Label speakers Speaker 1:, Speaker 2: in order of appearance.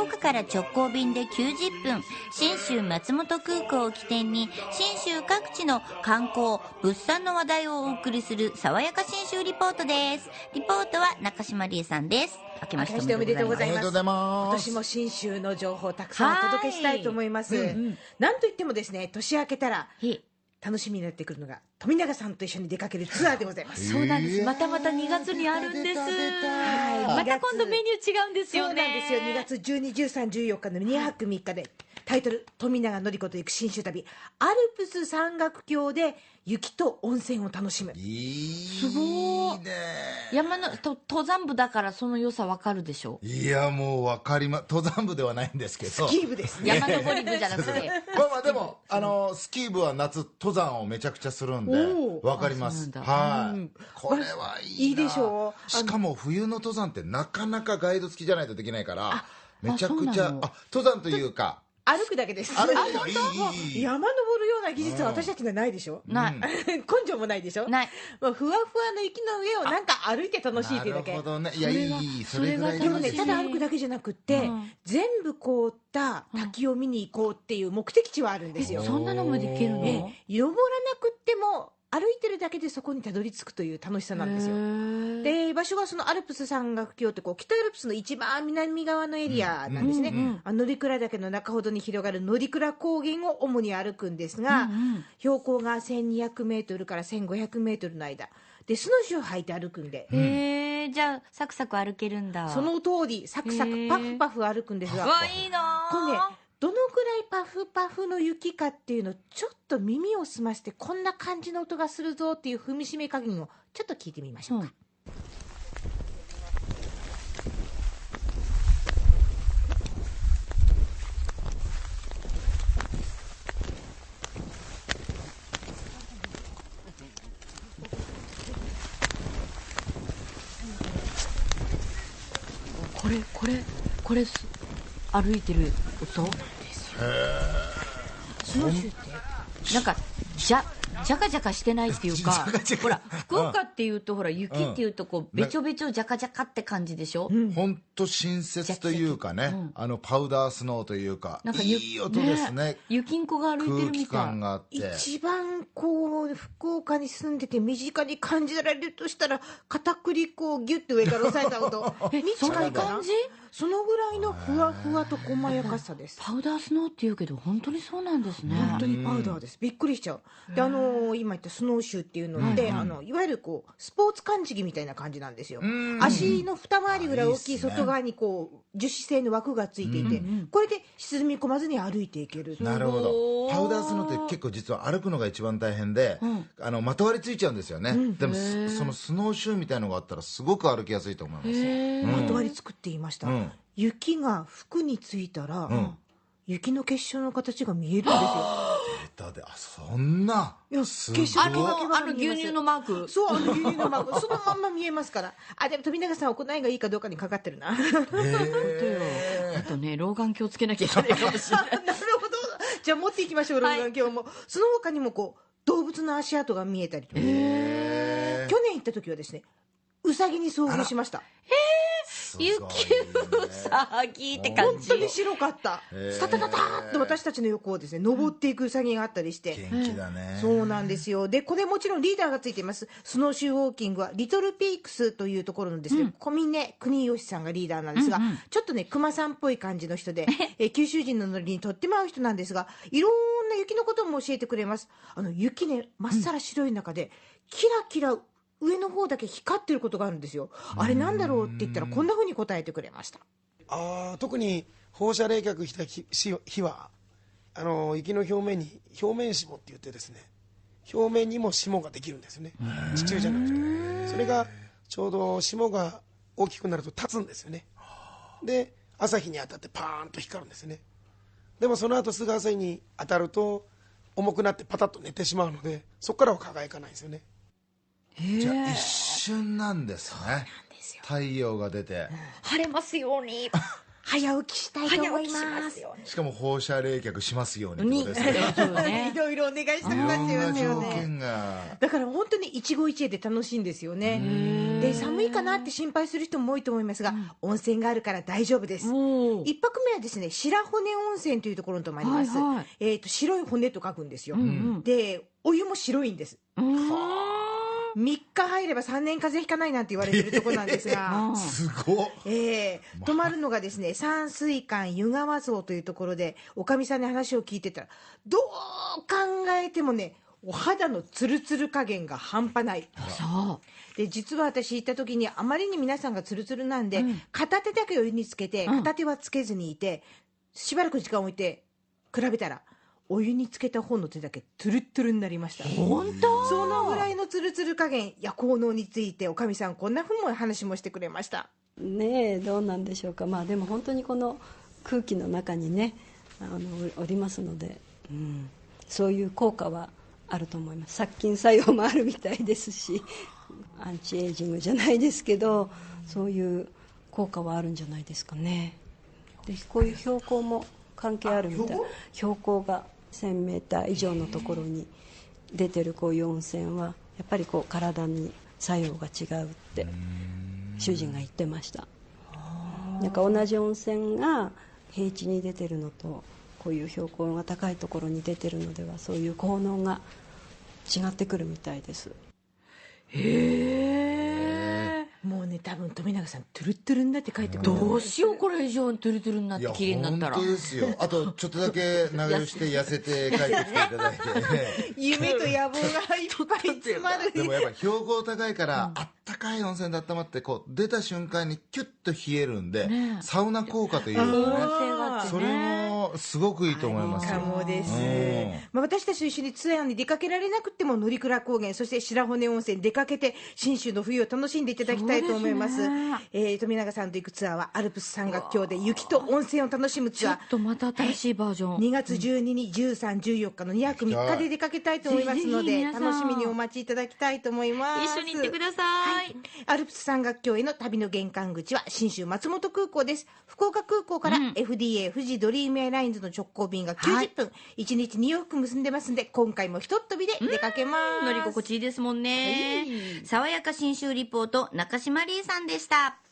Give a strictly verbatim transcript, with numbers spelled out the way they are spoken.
Speaker 1: 岡から直行便できゅうじゅっぷん、信州松本空港を起点に信州各地の観光物産の話題をお送りする爽やか信州リポートです。リポートは中島理恵さんです。明けましておめでとうございます。
Speaker 2: 今年も信州の情報をたくさんお届けしたいと思います。うんうん、なんといってもですね、年明けたら楽しみになってくるのが富永さんと一緒に出かけるツアーでございます。
Speaker 3: そうなんです。またまたにがつにあるんです。はい、また今度メニュー違うんですよね。
Speaker 2: そうなんですよ。にがつじゅうに、じゅうさん、じゅうよっかのにはくみっかで、タイトル富永典子と行く信州旅、アルプス山岳橋で雪と温泉を楽しむ。
Speaker 3: いいすごいね。山のと登山部だからその良さわかるでしょう。
Speaker 4: いやもうわかりま登山部ではないんですけど、
Speaker 2: スキー部ですね。
Speaker 3: 山登り部じゃなくて
Speaker 4: まあまあでもあのスキー部は夏登山をめちゃくちゃするんでわかります。はい、うん、これはいいな。
Speaker 2: いいでしょ
Speaker 4: う。しかも冬の登山ってなかなかガイド付きじゃないとできないから、めちゃくちゃあ登山というか
Speaker 2: 歩くだけです。
Speaker 4: 歩く
Speaker 2: だけいいいい山登るような技術は私たちにはないでしょ。
Speaker 3: ない。
Speaker 2: 根性もないでしょ。
Speaker 3: ない。
Speaker 2: まあふわふわの雪の上をなんか歩いて楽しいっていうだけ。
Speaker 4: なるほどね。いやいいいいそれぐらい
Speaker 2: でもね、ただ歩くだけじゃなくって、うん、全部凍った滝を見に行こうっていう目的地はあるんですよ。
Speaker 3: うん、そんなのもできるの？
Speaker 2: 登らなくっても歩いてるだけでそこにたどり着くという楽しさなんですよ。で、場所がそのアルプス山岳橋ってこう北アルプスの一番南側のエリアなんですね。うんうんうん、乗鞍岳の中ほどに広がる乗鞍高原を主に歩くんですが、うんうん、標高がせんにひゃくメートルからせんごひゃくメートルの間でスノーシューを履いて歩くんで、
Speaker 3: へー、じゃあサクサク歩けるんだ。
Speaker 2: その通りサクサクパフパフ歩くんですが、
Speaker 3: わいいな
Speaker 2: これね、どのくらいパフパフの雪かっていうのをちょっと耳を澄ましてこんな感じの音がするぞっていう踏みしめ加減をちょっと聞いてみましょうか。うん、
Speaker 3: これこれこれ歩いてる音。
Speaker 2: スノーシューって
Speaker 3: なんかじゃジャカジャカしてないっていうかほら福岡っていうとほら雪っていうとこうべちょべちょジャカジャカって感じでしょ。
Speaker 4: 本当親切というかね、うん、あのパウダースノーというかなんかいい音ですね。
Speaker 3: 雪んこが歩いてるみたい。
Speaker 4: 空気感があって
Speaker 2: 一番こう福岡に住んでて身近に感じられるとしたら片栗粉をギュッて上から押さえた音
Speaker 3: えそんな感じ。
Speaker 2: そのぐらいのふわふわと細やかさです。
Speaker 3: パウダースノーって言うけど本当にそうなんですね。
Speaker 2: 本当にパウダーです。びっくりしちゃう。であのー、今言ったスノーシューっていうので、うんうん、あのいわゆるこうスポーツかんじきみたいな感じなんですよ。足の二回りぐらい大きい外側にこう樹脂製の枠がついていて、うんうん、これで沈み込まずに歩いていける。
Speaker 4: なるほど。パウダースノーって結構実は歩くのが一番大変で、うん、あのまとわりついちゃうんですよね。うん、でもそのスノーシューみたいのがあったらすごく歩きやすいと思います。うん、
Speaker 2: まとわりつくって言いました。うん、雪が服についたら、うん、雪の結晶の形が見えるんですよ。
Speaker 4: 出たで、あ、そんな。
Speaker 2: いや、結晶だけが
Speaker 3: あの牛乳のマーク。
Speaker 2: そう、あの牛乳のマーク。そのまんま見えますから。あ、でも富永さん、行いがいいかどうかにかかってるな。え
Speaker 3: ー、あとね、老眼鏡つけなきゃいけないかもしれない。なる
Speaker 2: ほど。じゃあ持っていきましょう、老眼鏡も。はい、その他にもこう、動物の足跡が見えたりとか。えー、去年行った時はですね、ウサギに遭遇しました。
Speaker 3: えー雪うさぎって感じ。
Speaker 2: 本当に白かった。スタタタターっと私たちの横をですね登っていくウサギがあったりして、
Speaker 4: 元気だね。
Speaker 2: そうなんですよ。でこれもちろんリーダーがついています。スノーシューウォーキングはリトルピークスというところのですね、うん、小峰国吉さんがリーダーなんですが、うんうん、ちょっとね熊さんっぽい感じの人でえ九州人のノリにとっても合う人なんですが、いろんな雪のことも教えてくれます。あの雪ねまっさら白い中で、うん、キラキラ上の方だけ光ってることがあるんですよ。あれなんだろうって言ったらこんな風に答えてくれました。
Speaker 5: あ、特に放射冷却した日はあの雪の表面に表面霜って言ってですね、表面にも霜ができるんですね。地中じゃなくて、それがちょうど霜が大きくなると立つんですよね。で朝日に当たってパーンと光るんですね。でもその後すぐ朝日に当たると重くなってパタッと寝てしまうので、そこからは輝かないんですよね。
Speaker 4: じゃあ一瞬なんですね。太陽が出て、
Speaker 3: 晴れますように
Speaker 2: 早起きしたいと思います。
Speaker 3: 早起きしますよ
Speaker 4: しかも放射冷却しますようにってことですね。
Speaker 3: そうね
Speaker 2: いろいろお願いしたくなっちゃい
Speaker 4: いろんな
Speaker 2: ますよね。
Speaker 4: 条件が。
Speaker 2: だから本当に一期一会で楽しいんですよね。で寒いかなって心配する人も多いと思いますが、温泉があるから大丈夫です。
Speaker 3: おー
Speaker 2: 一泊目はですね、白骨温泉というところに泊まります。
Speaker 3: はいはい
Speaker 2: えっ、と白い骨と書くんですよ。でお湯も白いんです。みっか入ればさんねん風邪ひかないなんて言われてるところなんですが
Speaker 4: すごっ。
Speaker 2: えー、泊まるのがですね山水館湯川荘というところで、おかみさんに話を聞いてたら、どう考えてもねお肌のツルツル加減が半端ない。
Speaker 3: そう
Speaker 2: で実は私行った時にあまりに皆さんがツルツルなんで、うん、片手だけお湯につけて片手はつけずにいて、うん、しばらく時間を置いて比べたらお湯につけた方の手だけトゥルットゥルになりました。
Speaker 3: 本当？
Speaker 2: そのぐらいのツルツル加減や効能についておかみさんこんなふうな話もしてくれました
Speaker 6: ね。えどうなんでしょうか。まあでも本当にこの空気の中にねあのおりますので、うん、そういう効果はあると思います。殺菌作用もあるみたいですし、アンチエイジングじゃないですけど、そういう効果はあるんじゃないですかね。でこういう標高も関係あるみたい。標高がせんメーター以上のところに出てるこういう温泉はやっぱりこう体に作用が違うって主人が言ってました。なんか同じ温泉が平地に出てるのとこういう標高が高いところに出てるのではそういう効能が違ってくるみたいです。
Speaker 2: へえ。もうね多分富永さんトゥルットゥルになって帰ってくる。
Speaker 3: どうしようこれ以上トゥルトゥルになって綺麗になったら。
Speaker 4: いや本当ですよ。あとちょっとだけ長湯して痩せて帰ってきていただいて
Speaker 2: 夢と野望がいっぱい詰まる。
Speaker 4: でもやっぱ標高高いから、うん、あったかい温泉で温まってこう出た瞬間にキュッと冷えるんで、ね、サウナ効果というかね、それもすごくいいと思います。
Speaker 2: かもです、まあ、私たちと一緒にツアーに出かけられなくても乗鞍高原そして白骨温泉出かけて信州の冬を楽しんでいただきたいと思います。えー、富永さんと行くツアーはアルプス山岳橋で雪と温泉を楽しむツアー。
Speaker 3: ちょっとまた新しいバージョン、
Speaker 2: にがつじゅうににち、じゅうさん、じゅうよっかのにはくみっかで出かけたいと思いますので、楽しみにお待ちいただきたいと思います。
Speaker 3: 一緒に行ってください、はい、
Speaker 2: アルプス山岳橋への旅の玄関口は信州松本空港です。福岡空港から エフディーエー 富士ドリームエアラインズの直行便がきゅうじゅっぷん、はい、いちにちにようふく結んでますんで、今回もひとっ飛びで出かけます。
Speaker 3: 乗り心地いいですもんね、はい、爽やか信州リポート中島理恵さんでした。